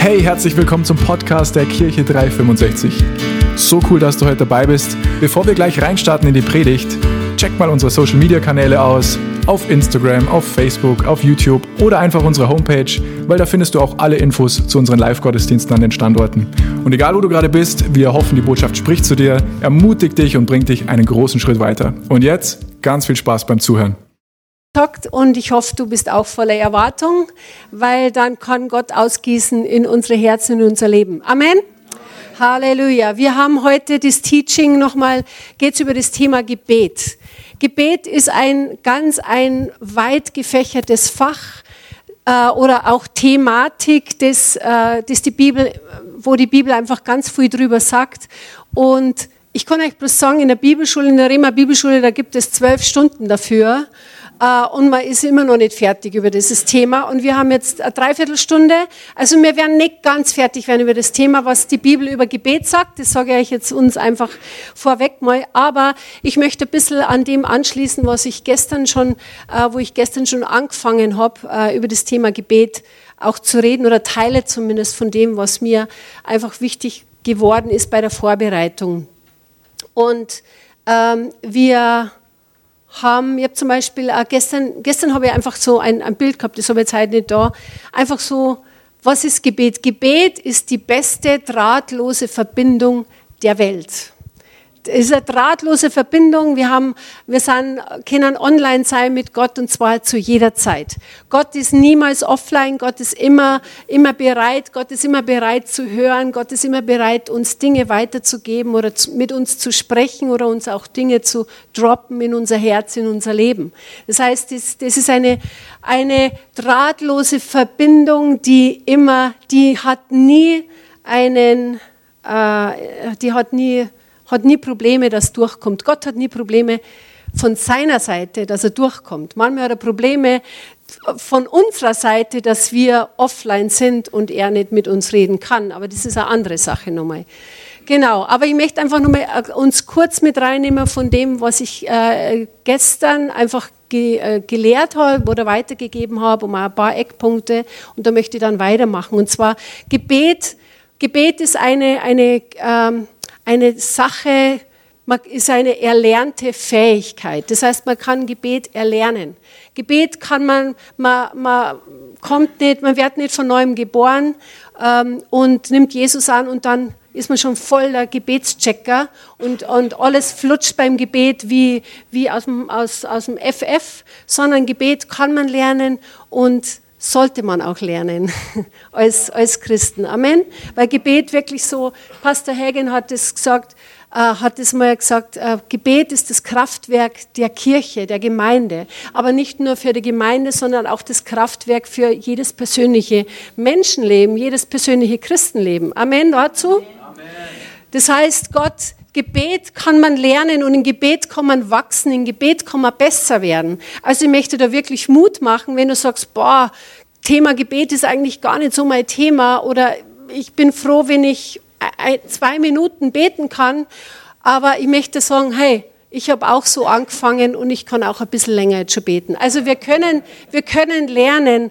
Hey, herzlich willkommen zum Podcast der Kirche 365. So cool, dass du heute dabei bist. Bevor wir gleich reinstarten in die Predigt, check mal unsere Social Media Kanäle aus. Auf Instagram, auf Facebook, auf YouTube oder einfach unsere Homepage, weil da findest du auch alle Infos zu unseren Live-Gottesdiensten an den Standorten. Und egal, wo du gerade bist, wir hoffen, die Botschaft spricht zu dir, ermutigt dich und bringt dich einen großen Schritt weiter. Und jetzt ganz viel Spaß beim Zuhören. Und ich hoffe, du bist auch voller Erwartung, weil dann kann Gott ausgießen in unsere Herzen, in unser Leben. Amen. Halleluja. Wir haben heute das Teaching nochmal, geht's über das Thema Gebet. Gebet ist ein weit gefächertes Fach oder auch Thematik, wo die Bibel einfach ganz viel drüber sagt. Und ich kann euch bloß sagen, in der Bibelschule, in der Rema Bibelschule, da gibt es 12 Stunden dafür. Und man ist immer noch nicht fertig über dieses Thema. Und wir haben jetzt eine Dreiviertelstunde. Also wir werden nicht ganz fertig werden über das Thema, was die Bibel über Gebet sagt. Das sage ich jetzt uns einfach vorweg mal. Aber ich möchte ein bisschen an dem anschließen, wo ich gestern schon angefangen habe, über das Thema Gebet auch zu reden oder Teile zumindest von dem, was mir einfach wichtig geworden ist bei der Vorbereitung. Und ich habe zum Beispiel gestern habe ich einfach so ein Bild gehabt, das habe ich jetzt heute nicht da. Einfach so, was ist Gebet? Gebet ist die beste drahtlose Verbindung der Welt. Es ist eine drahtlose Verbindung. Wir können online sein mit Gott und zwar zu jeder Zeit. Gott ist niemals offline. Gott ist immer bereit. Gott ist immer bereit zu hören. Gott ist immer bereit, uns Dinge weiterzugeben oder mit uns zu sprechen oder uns auch Dinge zu droppen in unser Herz, in unser Leben. Das heißt, das ist eine drahtlose Verbindung, die hat nie Probleme, dass durchkommt. Gott hat nie Probleme von seiner Seite, dass er durchkommt. Manchmal hat er Probleme von unserer Seite, dass wir offline sind und er nicht mit uns reden kann. Aber das ist eine andere Sache nochmal. Genau, aber ich möchte einfach nochmal uns kurz mit reinnehmen von dem, was ich gestern einfach gelehrt habe oder weitergegeben habe, um ein paar Eckpunkte. Und da möchte ich dann weitermachen. Und zwar Gebet ist eine Sache, ist eine erlernte Fähigkeit. Das heißt, man kann Gebet erlernen. Gebet kann man wird nicht von neuem geboren und nimmt Jesus an und dann ist man schon voll der Gebetschecker und alles flutscht beim Gebet wie aus dem FF, sondern Gebet kann man lernen und sollte man auch lernen als Christen. Amen. Weil Gebet wirklich so, Pastor Hagen hat es mal gesagt, Gebet ist das Kraftwerk der Kirche, der Gemeinde. Aber nicht nur für die Gemeinde, sondern auch das Kraftwerk für jedes persönliche Menschenleben, jedes persönliche Christenleben. Amen dazu? Amen. Das heißt, Gebet kann man lernen und in Gebet kann man wachsen, in Gebet kann man besser werden. Also ich möchte da wirklich Mut machen, wenn du sagst, Thema Gebet ist eigentlich gar nicht so mein Thema oder ich bin froh, wenn ich 2 Minuten beten kann, aber ich möchte sagen, hey, ich habe auch so angefangen und ich kann auch ein bisschen länger jetzt schon beten. Also wir können lernen,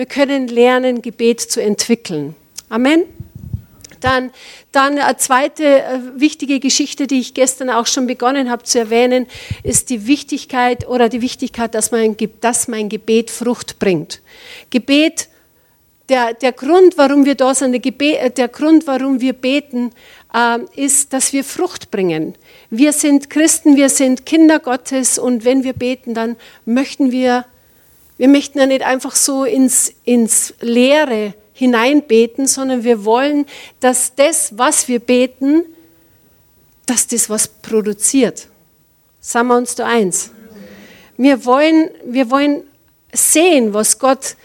Gebet zu entwickeln. Amen. Dann eine zweite wichtige Geschichte, die ich gestern auch schon begonnen habe zu erwähnen, ist die Wichtigkeit, dass mein Gebet Frucht bringt. Gebet, der Grund, warum wir da sind, der Grund, warum wir beten, ist, dass wir Frucht bringen. Wir sind Christen, wir sind Kinder Gottes und wenn wir beten, dann möchten wir möchten ja nicht einfach so ins Leere hineinbeten, sondern wir wollen, dass das, was wir beten, dass das was produziert. Sagen wir uns da eins. Wir wollen sehen, was Gott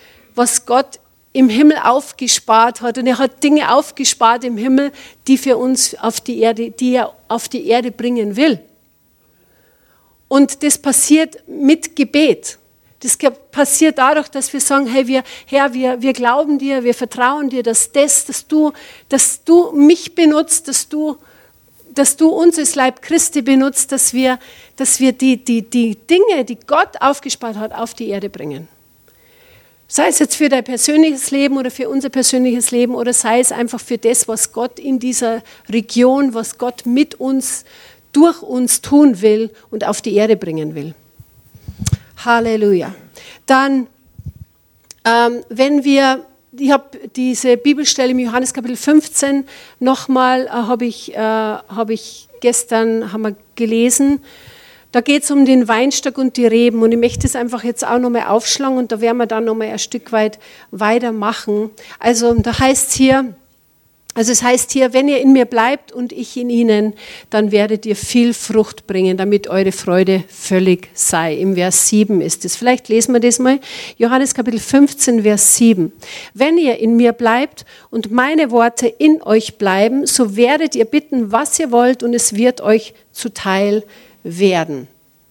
im Himmel aufgespart hat. Und er hat Dinge aufgespart im Himmel, die für uns die er auf die Erde bringen will. Und das passiert mit Gebet. Das passiert dadurch, dass wir sagen, hey, Herr, wir glauben dir, wir vertrauen dir, dass du mich benutzt, dass du uns als Leib Christi benutzt, dass wir die Dinge, die Gott aufgespart hat, auf die Erde bringen. Sei es jetzt für dein persönliches Leben oder für unser persönliches Leben oder sei es einfach für das, was Gott in dieser Region, was Gott mit uns, durch uns tun will und auf die Erde bringen will. Halleluja. Dann, ich habe diese Bibelstelle im Johannes Kapitel 15 nochmal, haben wir gelesen. Da geht es um den Weinstock und die Reben und ich möchte es einfach jetzt auch nochmal aufschlagen und da werden wir dann nochmal ein Stück weit weitermachen. Also es heißt hier, wenn ihr in mir bleibt und ich in ihnen, dann werdet ihr viel Frucht bringen, damit eure Freude völlig sei. Im Vers 7 ist es. Vielleicht lesen wir das mal. Johannes Kapitel 15, Vers 7. Wenn ihr in mir bleibt und meine Worte in euch bleiben, so werdet ihr bitten, was ihr wollt und es wird euch zuteil werden.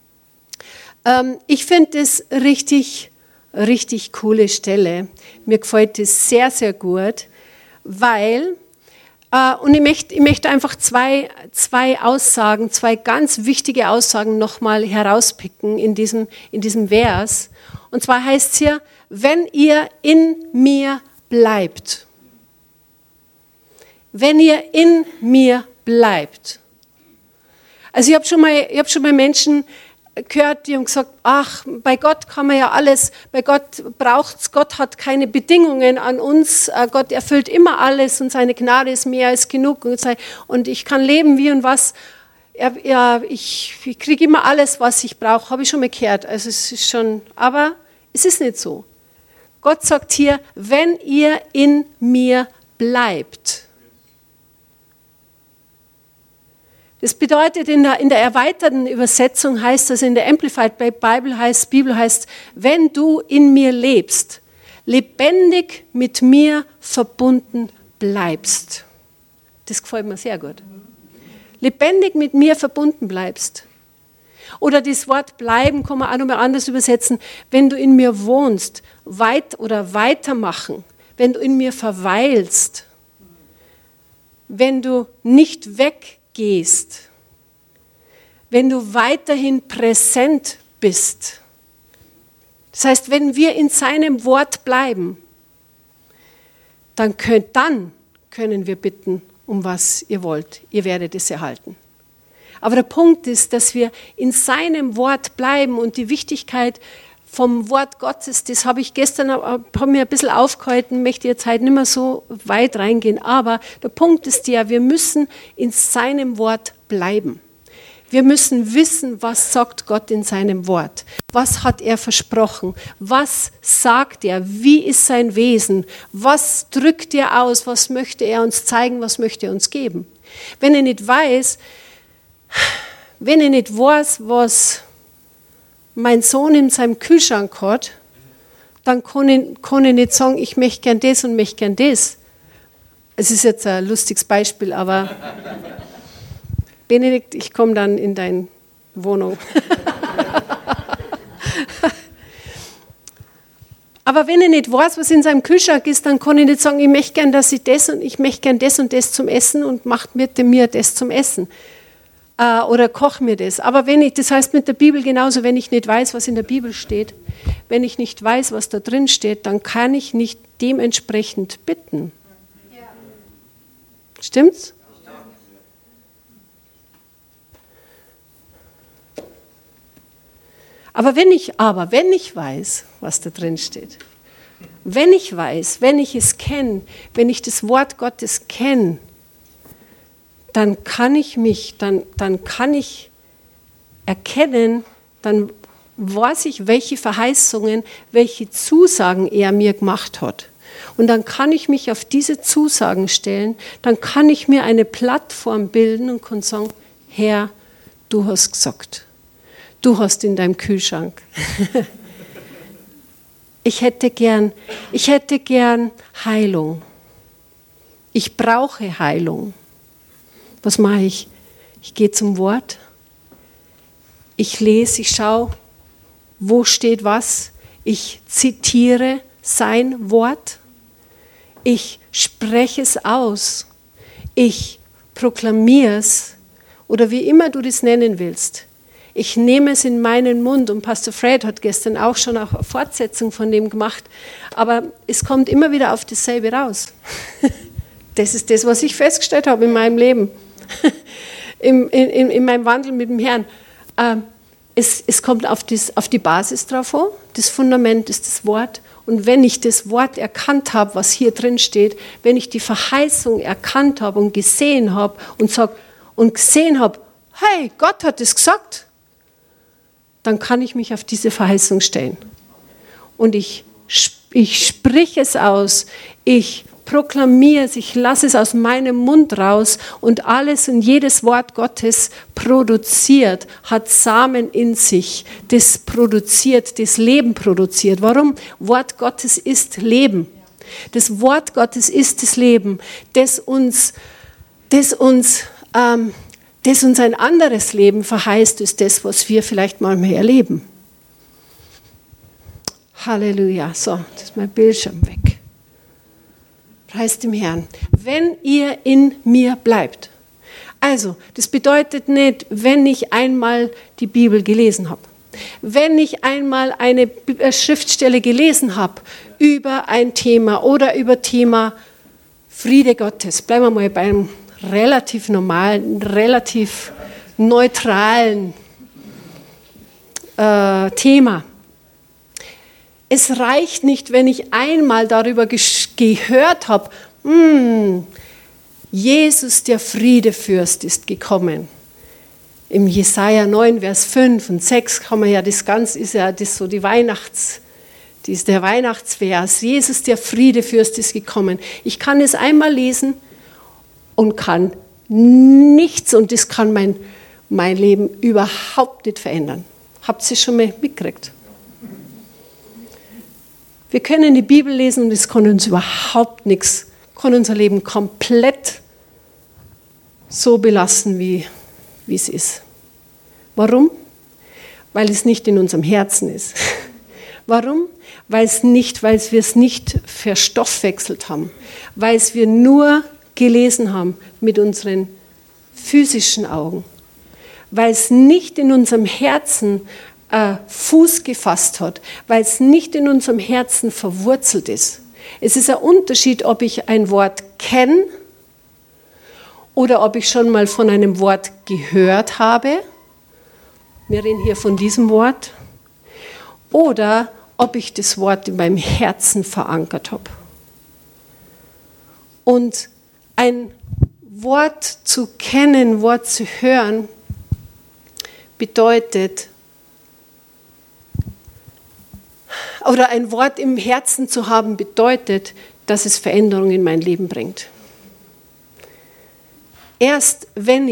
Ich finde das richtig, richtig coole Stelle. Mir gefällt das sehr, sehr gut, weil, und ich möchte einfach zwei Aussagen, zwei ganz wichtige Aussagen nochmal herauspicken in diesem Vers. Und zwar heißt es hier, wenn ihr in mir bleibt. Wenn ihr in mir bleibt. Also ich habe schon mal Menschen gehört, die haben gesagt, ach, bei Gott kann man ja alles, bei Gott braucht's, Gott hat keine Bedingungen an uns, Gott erfüllt immer alles und seine Gnade ist mehr als genug und ich kann leben wie und was. Ich kriege immer alles, was ich brauche, habe ich schon mal gehört. Also es ist schon, aber es ist nicht so. Gott sagt hier, wenn ihr in mir bleibt. Das bedeutet, in der erweiterten Übersetzung heißt das, in der Amplified Bible heißt, wenn du in mir lebst, lebendig mit mir verbunden bleibst. Das gefällt mir sehr gut. Lebendig mit mir verbunden bleibst. Oder das Wort bleiben kann man auch nochmal anders übersetzen, wenn du in mir wohnst, weitermachen, wenn du in mir verweilst, wenn du nicht weggehst, wenn du weiterhin präsent bist. Das heißt, wenn wir in seinem Wort bleiben, dann können wir bitten, um was ihr wollt. Ihr werdet es erhalten. Aber der Punkt ist, dass wir in seinem Wort bleiben und die Wichtigkeit vom Wort Gottes, das habe ich gestern mir ein bisschen aufgehalten, möchte jetzt heute nicht mehr so weit reingehen, aber der Punkt ist ja, wir müssen in seinem Wort bleiben. Wir müssen wissen, was sagt Gott in seinem Wort. Was hat er versprochen? Was sagt er? Wie ist sein Wesen? Was drückt er aus? Was möchte er uns zeigen? Was möchte er uns geben? Wenn ich nicht weiß, was mein Sohn in seinem Kühlschrank hat, dann kann ich nicht sagen, ich möchte gern das und möchte gern das. Es ist jetzt ein lustiges Beispiel, aber Benedikt, ich komme dann in deine Wohnung. Aber wenn ich nicht weiß, was in seinem Kühlschrank ist, dann kann ich nicht sagen, ich möchte gern, dass ich das und ich möchte gern das und das zum Essen und macht mit mir das zum Essen. Oder koch mir das. Aber das heißt mit der Bibel genauso, wenn ich nicht weiß, was in der Bibel steht, wenn ich nicht weiß, was da drin steht, dann kann ich nicht dementsprechend bitten. Ja. Stimmt's? Aber wenn ich weiß, was da drin steht, wenn ich weiß, wenn ich es kenne, wenn ich das Wort Gottes kenne, dann kann ich erkennen, dann weiß ich, welche Verheißungen, welche Zusagen er mir gemacht hat. Und dann kann ich mich auf diese Zusagen stellen, dann kann ich mir eine Plattform bilden und kann sagen, Herr, du hast gesagt, du hast in deinem Kühlschrank. Ich hätte gern Heilung. Ich brauche Heilung. Was mache ich? Ich gehe zum Wort, ich lese, ich schaue, wo steht was, ich zitiere sein Wort, ich spreche es aus, ich proklamiere es oder wie immer du das nennen willst. Ich nehme es in meinen Mund und Pastor Fred hat gestern auch schon eine Fortsetzung von dem gemacht, aber es kommt immer wieder auf dasselbe raus. Das ist das, was ich festgestellt habe in meinem Leben, in meinem Wandel mit dem Herrn. Es kommt auf die Basis drauf an, das Fundament ist das Wort. Und wenn ich das Wort erkannt habe, was hier drin steht, wenn ich die Verheißung erkannt habe und gesehen habe und gesehen habe, hey, Gott hat es gesagt, dann kann ich mich auf diese Verheißung stellen. Und ich sprich es aus, ich proklamiere es, ich lasse es aus meinem Mund raus und alles und jedes Wort Gottes produziert, hat Samen in sich, das produziert, das Leben produziert. Warum? Wort Gottes ist Leben. Das Wort Gottes ist das Leben, das uns ein anderes Leben verheißt, ist das, was wir vielleicht mal mehr erleben. Halleluja. So, das ist mein Bildschirm weg. Preis dem Herrn. Wenn ihr in mir bleibt. Also, das bedeutet nicht, wenn ich einmal die Bibel gelesen habe. Wenn ich einmal eine Schriftstelle gelesen habe über ein Thema oder über Thema Friede Gottes. Bleiben wir mal bei einem relativ normalen, relativ neutralen Thema. Es reicht nicht, wenn ich einmal darüber gehört habe, Jesus, der Friedefürst, ist gekommen. Im Jesaja 9, Vers 5 und 6 kann man ja das Ganze, ist ja das so der Weihnachtsvers. Jesus, der Friedefürst, ist gekommen. Ich kann es einmal lesen und kann nichts, und das kann mein Leben überhaupt nicht verändern. Habt ihr es schon mal mitgekriegt? Wir können die Bibel lesen und es kann uns überhaupt nichts, kann unser Leben komplett so belassen, wie es ist. Warum? Weil es nicht in unserem Herzen ist. Warum? Weil wir es nicht verstoffwechselt haben, weil es wir nur gelesen haben mit unseren physischen Augen, weil es nicht in unserem Herzen Fuß gefasst hat, weil es nicht in unserem Herzen verwurzelt ist. Es ist ein Unterschied, ob ich ein Wort kenne oder ob ich schon mal von einem Wort gehört habe. Wir reden hier von diesem Wort. Oder ob ich das Wort in meinem Herzen verankert habe. Und ein Wort zu kennen, ein Wort zu hören, bedeutet, oder ein Wort im Herzen zu haben, bedeutet, dass es Veränderung in mein Leben bringt. Erst wenn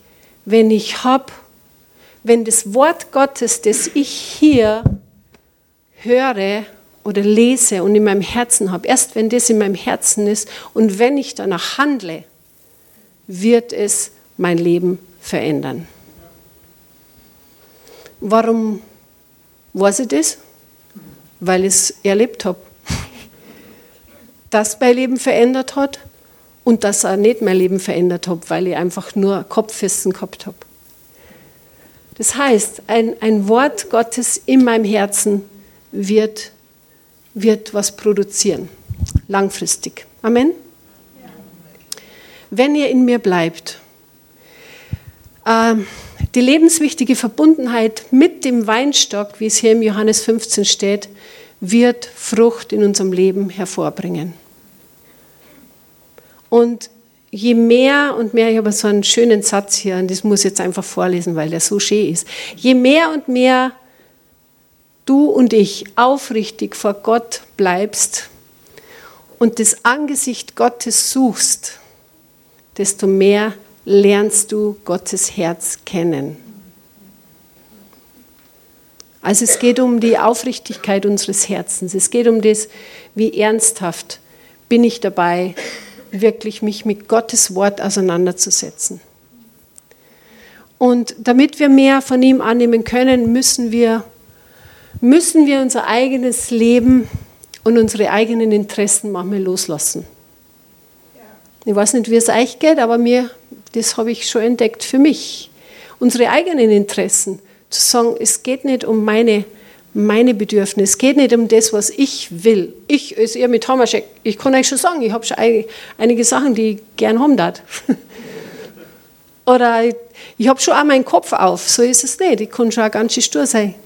das Wort Gottes, das ich hier höre oder lese und in meinem Herzen habe, erst wenn das in meinem Herzen ist und wenn ich danach handle, wird es mein Leben verändern. Warum weiß ich das? Weil ich es erlebt habe, dass mein Leben verändert hat und dass auch nicht mein Leben verändert hat, weil ich einfach nur Kopfwissen gehabt habe. Das heißt, ein Wort Gottes in meinem Herzen wird was produzieren, langfristig. Amen? Ja. Wenn ihr in mir bleibt, die lebenswichtige Verbundenheit mit dem Weinstock, wie es hier im Johannes 15 steht, wird Frucht in unserem Leben hervorbringen. Und je mehr und mehr, ich habe so einen schönen Satz hier, und das muss ich jetzt einfach vorlesen, weil der so schön ist. Je mehr und mehr du und ich aufrichtig vor Gott bleibst und das Angesicht Gottes suchst, desto mehr lernst du Gottes Herz kennen. Also es geht um die Aufrichtigkeit unseres Herzens. Es geht um das, wie ernsthaft bin ich dabei, wirklich mich mit Gottes Wort auseinanderzusetzen. Und damit wir mehr von ihm annehmen können, müssen wir unser eigenes Leben und unsere eigenen Interessen manchmal loslassen. Ich weiß nicht, wie es euch geht, aber das habe ich schon entdeckt für mich. Unsere eigenen Interessen Zu sagen, es geht nicht um meine Bedürfnisse, es geht nicht um das, was ich will. Ich als ihr mit Hammerscheck, ich kann euch schon sagen, ich habe schon einige Sachen, die ich gern haben darf. Oder ich habe schon auch meinen Kopf auf, so ist es nicht. Ich kann schon auch ganz schön stur sein.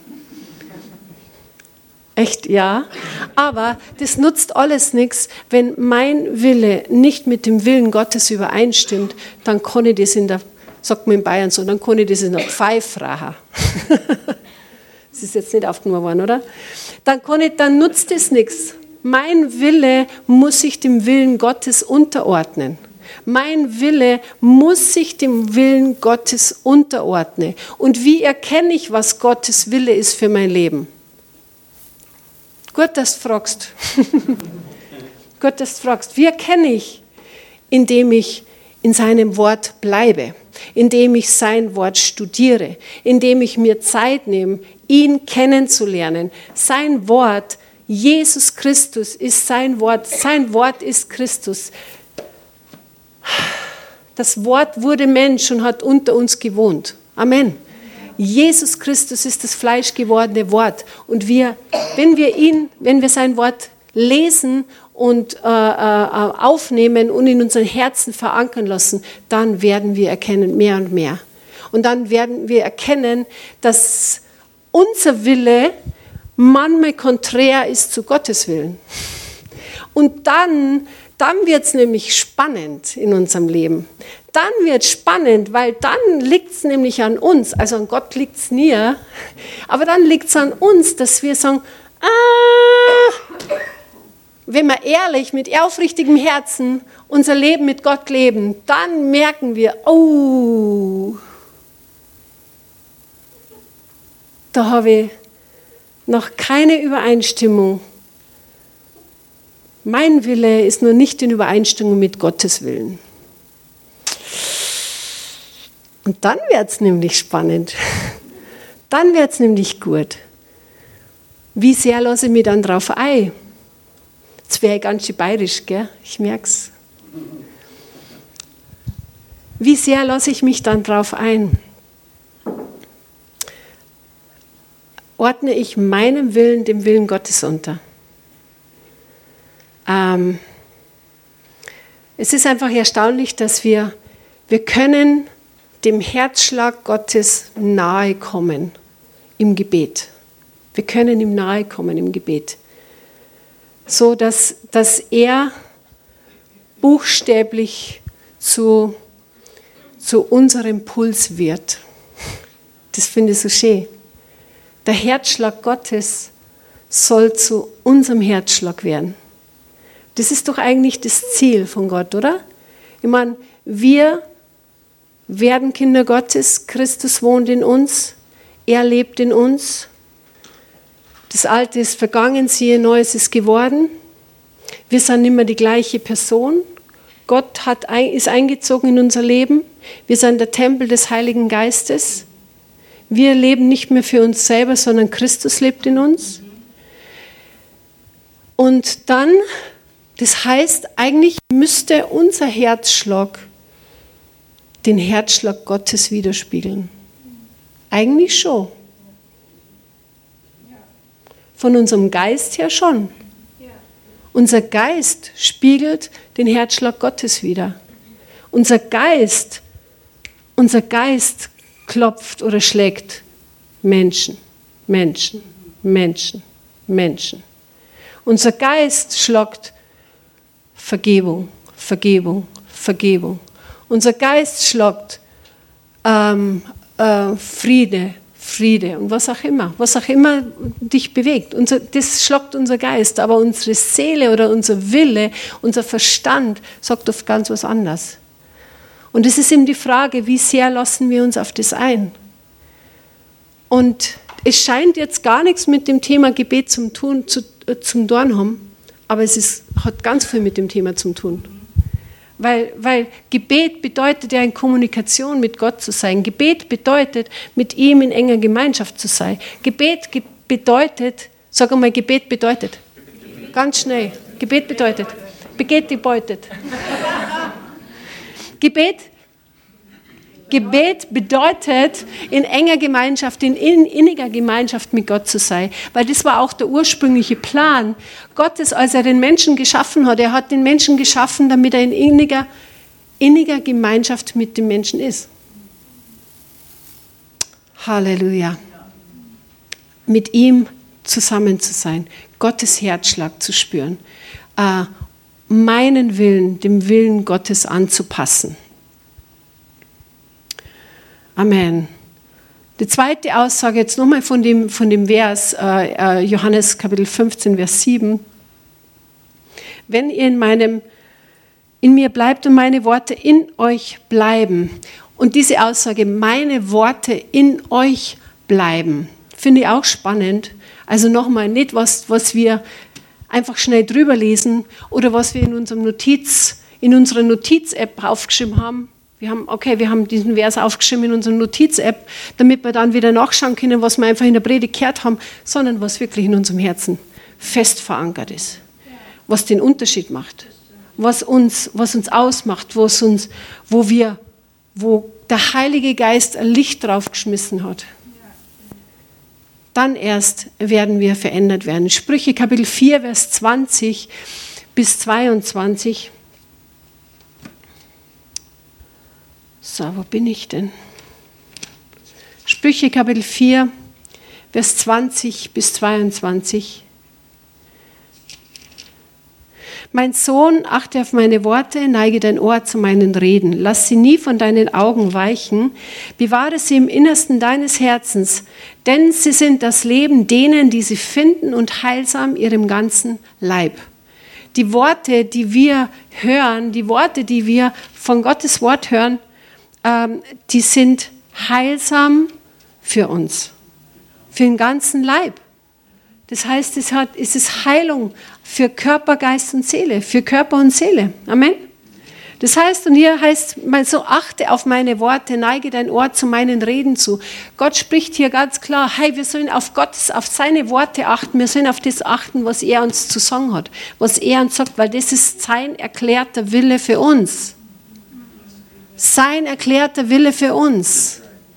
Echt, ja. Aber das nutzt alles nichts, wenn mein Wille nicht mit dem Willen Gottes übereinstimmt, dann kann ich das sagt man in Bayern so, dann kann ich das in der Pfeife rachen. Das ist jetzt nicht aufgenommen worden, oder? Dann nutzt es nichts. Mein Wille muss sich dem Willen Gottes unterordnen. Mein Wille muss sich dem Willen Gottes unterordnen. Und wie erkenne ich, was Gottes Wille ist für mein Leben? Gut, dass du fragst. Gut, dass du fragst. Wie erkenne ich? Indem ich in seinem Wort bleibe, indem ich sein Wort studiere, indem ich mir Zeit nehme, ihn kennenzulernen. Sein Wort, Jesus Christus ist sein Wort ist Christus. Das Wort wurde Mensch und hat unter uns gewohnt. Amen. Jesus Christus ist das fleischgewordene Wort. Und wenn wir sein Wort lesen und aufnehmen und in unseren Herzen verankern lassen, dann werden wir erkennen, mehr und mehr. Und dann werden wir erkennen, dass unser Wille manchmal konträr ist zu Gottes Willen. Und dann wird es nämlich spannend in unserem Leben. Dann wird es spannend, weil dann liegt es nämlich an uns, also an Gott liegt es nie, aber dann liegt es an uns, dass wir sagen, wenn wir ehrlich, mit aufrichtigem Herzen unser Leben mit Gott leben, dann merken wir, da habe ich noch keine Übereinstimmung. Mein Wille ist nur nicht in Übereinstimmung mit Gottes Willen. Und dann wird es nämlich spannend. Dann wird es nämlich gut. Wie sehr lasse ich mich dann drauf ein? Jetzt wäre ich ganz schön bayerisch, gell? Ich merke es. Wie sehr lasse ich mich dann drauf ein? Ordne ich meinem Willen dem Willen Gottes unter? Es ist einfach erstaunlich, dass wir können dem Herzschlag Gottes nahe kommen im Gebet. Wir können ihm nahe kommen im Gebet. So, dass er buchstäblich zu unserem Puls wird. Das finde ich so schön. Der Herzschlag Gottes soll zu unserem Herzschlag werden. Das ist doch eigentlich das Ziel von Gott, oder? Ich meine, wir werden Kinder Gottes, Christus wohnt in uns, er lebt in uns. Das Alte ist vergangen, siehe, Neues ist geworden. Wir sind nicht mehr die gleiche Person. Gott ist eingezogen in unser Leben. Wir sind der Tempel des Heiligen Geistes. Wir leben nicht mehr für uns selber, sondern Christus lebt in uns. Und dann, das heißt, eigentlich müsste unser Herzschlag den Herzschlag Gottes widerspiegeln. Eigentlich schon. Von unserem Geist her schon. Unser Geist spiegelt den Herzschlag Gottes wider. Unser Geist klopft oder schlägt Menschen. Unser Geist schlagt Vergebung. Unser Geist schlagt Friede und was auch immer dich bewegt. Das schlagt unser Geist, aber unsere Seele oder unser Wille, unser Verstand sagt oft ganz was anderes. Und es ist eben die Frage, wie sehr lassen wir uns auf das ein? Und es scheint jetzt gar nichts mit dem Thema Gebet zum Tun haben, aber es hat ganz viel mit dem Thema zu tun. Weil Gebet bedeutet ja in Kommunikation mit Gott zu sein. Gebet bedeutet, mit ihm in enger Gemeinschaft zu sein. Gebet bedeutet, sag einmal, Gebet bedeutet. Ganz schnell. Gebet bedeutet. Gebet bedeutet, in enger Gemeinschaft, in inniger Gemeinschaft mit Gott zu sein. Weil das war auch der ursprüngliche Plan Gottes, als er den Menschen geschaffen hat. Er hat den Menschen geschaffen, damit er in inniger Gemeinschaft mit dem Menschen ist. Halleluja. Mit ihm zusammen zu sein, Gottes Herzschlag zu spüren, meinen Willen dem Willen Gottes anzupassen. Amen. Die zweite Aussage jetzt nochmal von dem Vers, Johannes Kapitel 15, Vers 7. Wenn ihr in mir bleibt und meine Worte in euch bleiben. Und diese Aussage, meine Worte in euch bleiben, finde ich auch spannend. Also nochmal, nicht was wir einfach schnell drüber lesen oder was wir in unserer Notiz-App aufgeschrieben haben. Wir haben diesen Vers aufgeschrieben in unserer Notiz-App, damit wir dann wieder nachschauen können, was wir einfach in der Predigt gehört haben, sondern was wirklich in unserem Herzen fest verankert ist. Was den Unterschied macht. Was uns ausmacht, wo der Heilige Geist ein Licht drauf geschmissen hat. Dann erst werden wir verändert werden. Sprüche Kapitel 4, Vers 20 bis 22. So, wo bin ich denn? Sprüche Kapitel 4, Vers 20 bis 22. Mein Sohn, achte auf meine Worte, neige dein Ohr zu meinen Reden. Lass sie nie von deinen Augen weichen. Bewahre sie im Innersten deines Herzens, denn sie sind das Leben denen, die sie finden und heilsam ihrem ganzen Leib. Die Worte, die wir hören, die Worte, die wir von Gottes Wort hören, die sind heilsam für uns, für den ganzen Leib. Das heißt, es ist Heilung für Körper, Geist und Seele, für Körper und Seele. Amen. Das heißt, und hier heißt, so achte auf meine Worte, neige dein Ohr zu meinen Reden zu. Gott spricht hier ganz klar, hey, wir sollen auf seine Worte achten, wir sollen auf das achten, was er uns zu sagen hat, was er uns sagt, weil das ist sein erklärter Wille für uns. Sein erklärter Wille für uns.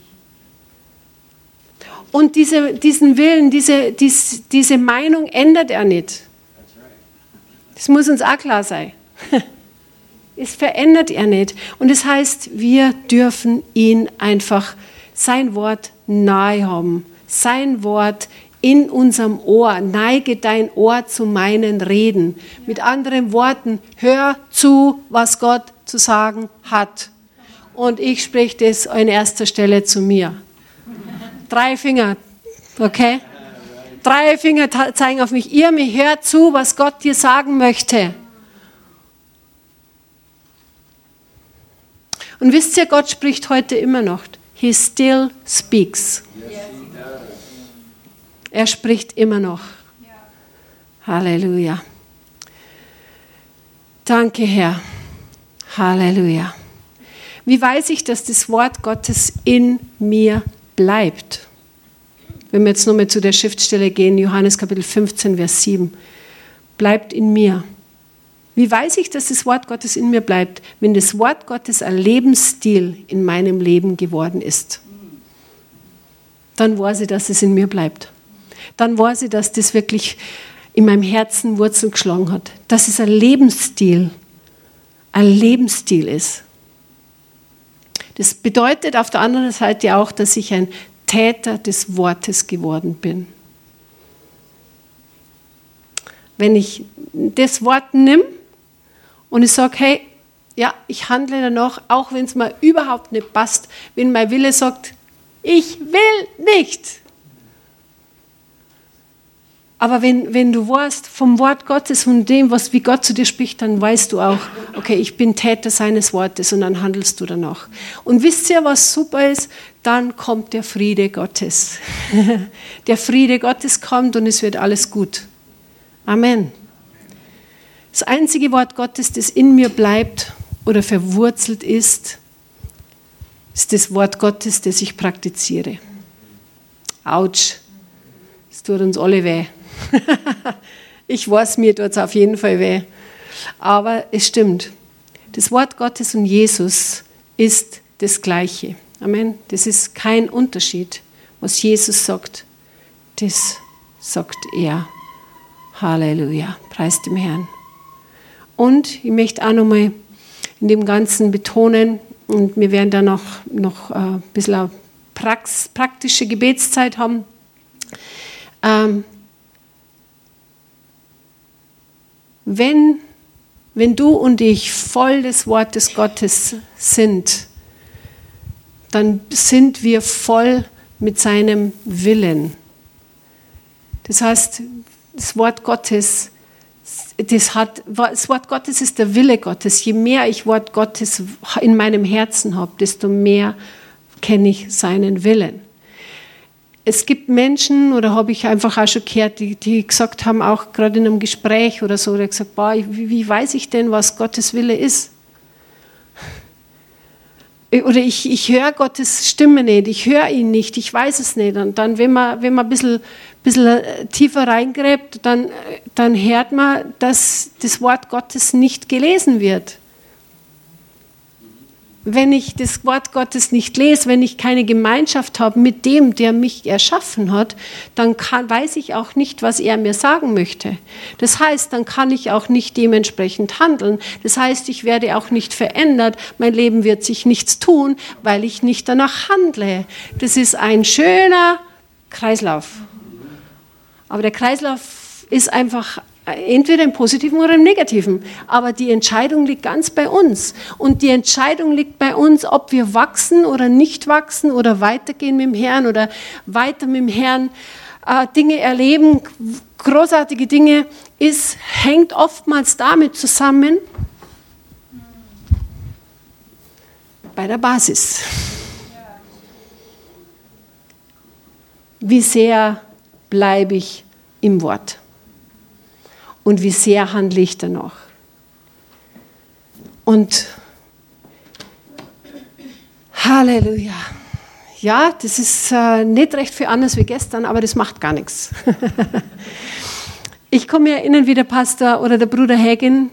Und diesen Willen, diese Meinung ändert er nicht. Das muss uns auch klar sein. Es verändert er nicht. Und das heißt, wir dürfen ihn einfach, sein Wort nahe haben. Sein Wort in unserem Ohr. Neige dein Ohr zu meinen Reden. Mit anderen Worten, hör zu, was Gott zu sagen hat. Und ich spreche das an erster Stelle zu mir. 3 Finger, okay? 3 Finger zeigen auf mich. Ihr, mir hört zu, was Gott dir sagen möchte. Und wisst ihr, Gott spricht heute immer noch. He still speaks. Er spricht immer noch. Halleluja. Danke, Herr. Halleluja. Wie weiß ich, dass das Wort Gottes in mir bleibt? Wenn wir jetzt nochmal zu der Schriftstelle gehen, Johannes Kapitel 15, Vers 7. Bleibt in mir. Wie weiß ich, dass das Wort Gottes in mir bleibt? Wenn das Wort Gottes ein Lebensstil in meinem Leben geworden ist. Dann weiß ich, dass es in mir bleibt. Dann weiß ich, dass das wirklich in meinem Herzen Wurzeln geschlagen hat. Dass es ein Lebensstil ist. Das bedeutet auf der anderen Seite auch, dass ich ein Täter des Wortes geworden bin. Wenn ich das Wort nehme und ich sage, hey, ja, ich handle danach, auch wenn es mir überhaupt nicht passt, wenn mein Wille sagt, ich will nicht. Aber wenn du weißt vom Wort Gottes, von dem, wie Gott zu dir spricht, dann weißt du auch, okay, ich bin Täter seines Wortes und dann handelst du danach. Und wisst ihr, was super ist? Dann kommt der Friede Gottes. Der Friede Gottes kommt und es wird alles gut. Amen. Das einzige Wort Gottes, das in mir bleibt oder verwurzelt ist das Wort Gottes, das ich praktiziere. Autsch, es tut uns alle weh. Ich weiß, mir tut es auf jeden Fall weh. Aber es stimmt. Das Wort Gottes und Jesus ist das Gleiche. Amen. Das ist kein Unterschied. Was Jesus sagt, das sagt er. Halleluja. Preis dem Herrn. Und ich möchte auch nochmal in dem Ganzen betonen, und wir werden da noch ein bisschen eine praktische Gebetszeit haben. Wenn du und ich voll des Wortes Gottes sind, dann sind wir voll mit seinem Willen. Das heißt, das Wort Gottes ist der Wille Gottes. Je mehr ich Wort Gottes in meinem Herzen habe, desto mehr kenne ich seinen Willen. Es gibt Menschen, oder habe ich einfach auch schon gehört, die gesagt haben, auch gerade in einem Gespräch oder so, die gesagt, wie weiß ich denn, was Gottes Wille ist? Oder ich höre Gottes Stimme nicht, ich höre ihn nicht, ich weiß es nicht. Und dann, wenn man ein bisschen tiefer reingräbt, dann hört man, dass das Wort Gottes nicht gelesen wird. Wenn ich das Wort Gottes nicht lese, wenn ich keine Gemeinschaft habe mit dem, der mich erschaffen hat, dann weiß ich auch nicht, was er mir sagen möchte. Das heißt, dann kann ich auch nicht dementsprechend handeln. Das heißt, ich werde auch nicht verändert. Mein Leben wird sich nichts tun, weil ich nicht danach handle. Das ist ein schöner Kreislauf. Aber der Kreislauf ist einfach entweder im Positiven oder im Negativen. Aber die Entscheidung liegt ganz bei uns. Und die Entscheidung liegt bei uns, ob wir wachsen oder nicht wachsen oder weitergehen mit dem Herrn oder weiter mit dem Herrn Dinge erleben, großartige Dinge, hängt oftmals damit zusammen, bei der Basis. Wie sehr bleibe ich im Wort? Und wie sehr handle ich danach? Und Halleluja. Ja, das ist nicht recht viel anders wie gestern, aber das macht gar nichts. Ich komme mir erinnern, wie der Pastor oder der Bruder Hagin,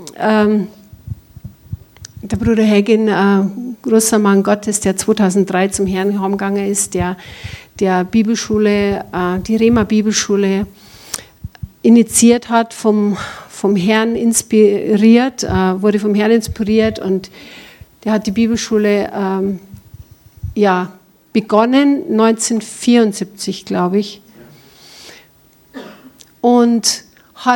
großer Mann Gottes, der 2003 zum Herrn heimgegangen ist, der Bibelschule, die Rema Bibelschule initiiert hat, vom Herrn inspiriert, wurde vom Herrn inspiriert, und der hat die Bibelschule begonnen, 1974, glaube ich, und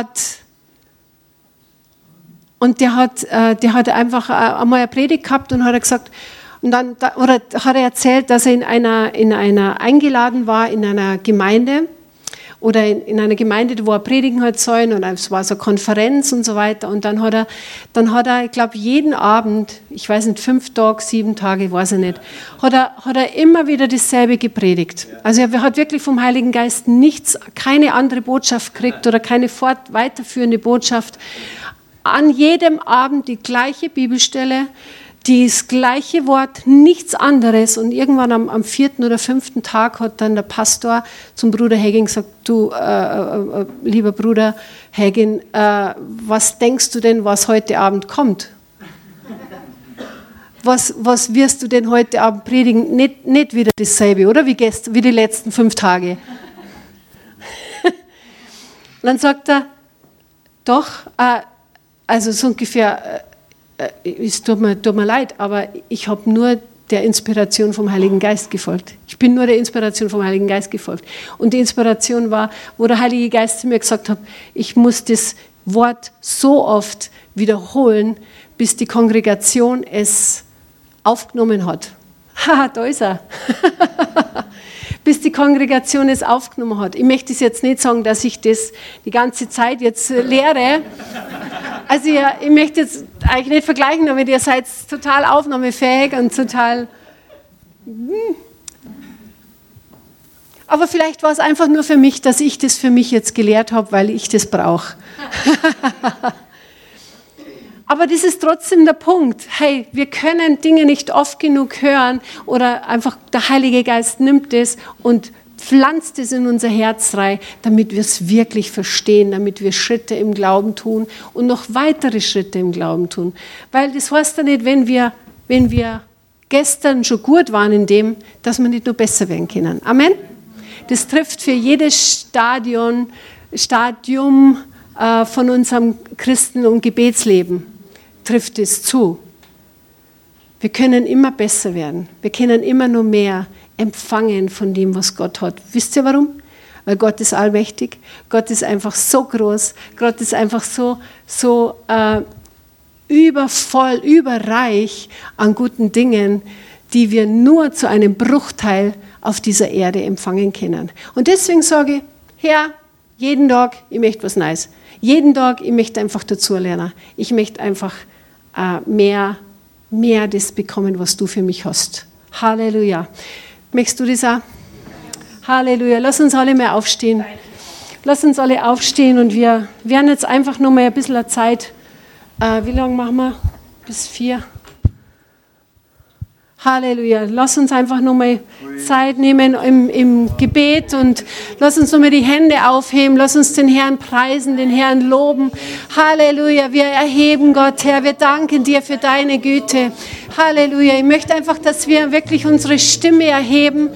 der hat einfach einmal eine Predigt gehabt und hat gesagt, und dann hat er erzählt, dass er in einer eingeladen war in einer Gemeinde, oder in einer Gemeinde, wo er predigen hat sollen, und es war so eine Konferenz und so weiter, und dann hat er, ich glaube, jeden Abend, ich weiß nicht, 5 Tage, 7 Tage, weiß ich nicht, hat er immer wieder dasselbe gepredigt. Also er hat wirklich vom Heiligen Geist keine andere Botschaft gekriegt oder keine weiterführende Botschaft. An jedem Abend die gleiche Bibelstelle, das gleiche Wort, nichts anderes. Und irgendwann am 4. oder 5. Tag hat dann der Pastor zum Bruder Hagin gesagt, du, lieber Bruder Hagin, was denkst du denn, was heute Abend kommt? Was wirst du denn heute Abend predigen? Nicht wieder dasselbe, oder? Wie die letzten 5 Tage. Und dann sagt er, doch, also so ungefähr, es tut mir leid, aber ich habe nur der Inspiration vom Heiligen Geist gefolgt. Ich bin nur der Inspiration vom Heiligen Geist gefolgt. Und die Inspiration war, wo der Heilige Geist zu mir gesagt hat, ich muss das Wort so oft wiederholen, bis die Kongregation es aufgenommen hat. Haha, da ist er. Bis die Kongregation es aufgenommen hat. Ich möchte es jetzt nicht sagen, dass ich das die ganze Zeit jetzt lehre. Also ich möchte jetzt eigentlich nicht vergleichen, aber ihr seid total aufnahmefähig und total... Aber vielleicht war es einfach nur für mich, dass ich das für mich jetzt gelehrt habe, weil ich das brauche. Aber das ist trotzdem der Punkt. Hey, wir können Dinge nicht oft genug hören oder einfach der Heilige Geist nimmt es und pflanzt es in unser Herz rein, damit wir es wirklich verstehen, damit wir Schritte im Glauben tun und noch weitere Schritte im Glauben tun. Weil das heißt ja nicht, wenn wir gestern schon gut waren in dem, dass wir nicht nur besser werden können. Amen. Das trifft für jedes Stadium von unserem Christen- und Gebetsleben, trifft es zu. Wir können immer besser werden. Wir können immer nur mehr empfangen von dem, was Gott hat. Wisst ihr warum? Weil Gott ist allmächtig. Gott ist einfach so groß. Gott ist einfach so übervoll, überreich an guten Dingen, die wir nur zu einem Bruchteil auf dieser Erde empfangen können. Und deswegen sage ich, Herr, jeden Tag, ich möchte was Neues. Jeden Tag, ich möchte einfach dazulernen. Ich möchte einfach mehr das bekommen, was du für mich hast. Halleluja. Möchtest du das auch? Halleluja. Lass uns alle mal aufstehen. Lass uns alle aufstehen und wir werden jetzt einfach noch mal ein bisschen Zeit. Wie lange machen wir? Bis 4. Halleluja. Lass uns einfach noch mal Zeit nehmen im Gebet und lass uns noch mal die Hände aufheben. Lass uns den Herrn preisen, den Herrn loben. Halleluja. Wir erheben Gott, Herr. Wir danken dir für deine Güte. Halleluja. Ich möchte einfach, dass wir wirklich unsere Stimme erheben,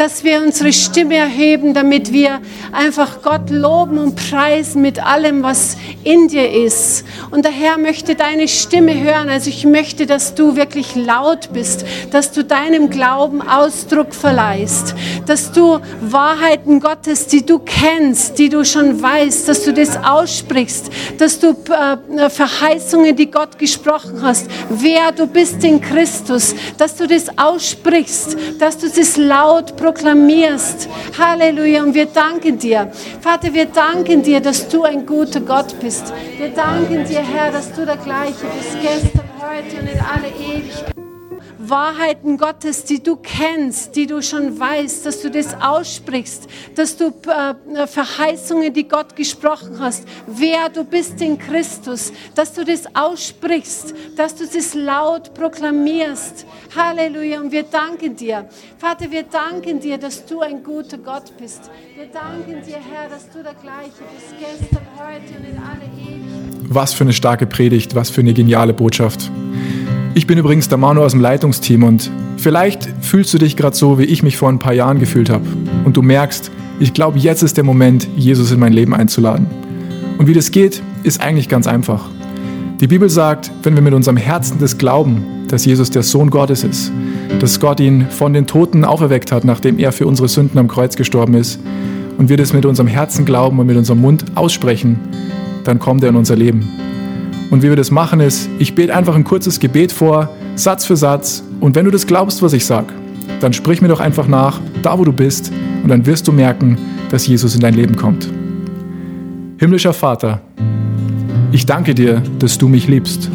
damit wir einfach Gott loben und preisen mit allem, was in dir ist. Und der Herr möchte deine Stimme hören. Also ich möchte, dass du wirklich laut bist, dass du deinem Glauben Ausdruck verleihst, dass du Wahrheiten Gottes, die du kennst, die du schon weißt, dass du das aussprichst, dass du Verheißungen, die Gott gesprochen hast, wer du bist in Christus, dass du das aussprichst, dass du das laut proklamierst. Halleluja. Und wir danken dir. Vater, wir danken dir, dass du ein guter Gott bist. Wir danken dir, Herr, dass du der Gleiche bist, gestern, heute und in alle Ewigkeit. Wahrheiten Gottes, die du kennst, die du schon weißt, dass du das aussprichst, dass du Verheißungen, die Gott gesprochen hast, wer du bist in Christus, dass du das aussprichst, dass du das laut proklamierst. Halleluja. Und wir danken dir. Vater, wir danken dir, dass du ein guter Gott bist. Wir danken dir, Herr, dass du der Gleiche bist, gestern, heute und in alle Ewigkeit. Was für eine starke Predigt, was für eine geniale Botschaft. Ich bin übrigens der Manu aus dem Leitungsteam und vielleicht fühlst du dich gerade so, wie ich mich vor ein paar Jahren gefühlt habe. Und du merkst, ich glaube, jetzt ist der Moment, Jesus in mein Leben einzuladen. Und wie das geht, ist eigentlich ganz einfach. Die Bibel sagt, wenn wir mit unserem Herzen das glauben, dass Jesus der Sohn Gottes ist, dass Gott ihn von den Toten auferweckt hat, nachdem er für unsere Sünden am Kreuz gestorben ist, und wir das mit unserem Herzen glauben und mit unserem Mund aussprechen, dann kommt er in unser Leben. Und wie wir das machen ist, ich bete einfach ein kurzes Gebet vor, Satz für Satz. Und wenn du das glaubst, was ich sage, dann sprich mir doch einfach nach, da wo du bist. Und dann wirst du merken, dass Jesus in dein Leben kommt. Himmlischer Vater, ich danke dir, dass du mich liebst.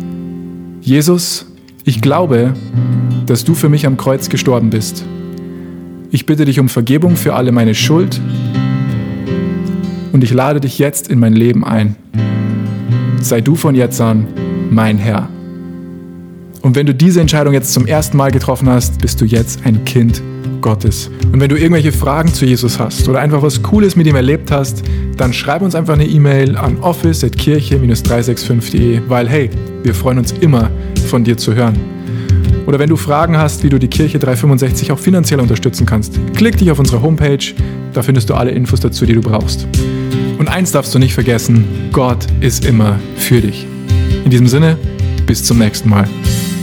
Jesus, ich glaube, dass du für mich am Kreuz gestorben bist. Ich bitte dich um Vergebung für alle meine Schuld. Und ich lade dich jetzt in mein Leben ein. Sei du von jetzt an mein Herr. Und wenn du diese Entscheidung jetzt zum ersten Mal getroffen hast, bist du jetzt ein Kind Gottes. Und wenn du irgendwelche Fragen zu Jesus hast oder einfach was Cooles mit ihm erlebt hast, dann schreib uns einfach eine E-Mail an office@kirche-365.de, weil hey, wir freuen uns immer, von dir zu hören. Oder wenn du Fragen hast, wie du die Kirche 365 auch finanziell unterstützen kannst, klick dich auf unsere Homepage, da findest du alle Infos dazu, die du brauchst. Und eins darfst du nicht vergessen, Gott ist immer für dich. In diesem Sinne, bis zum nächsten Mal.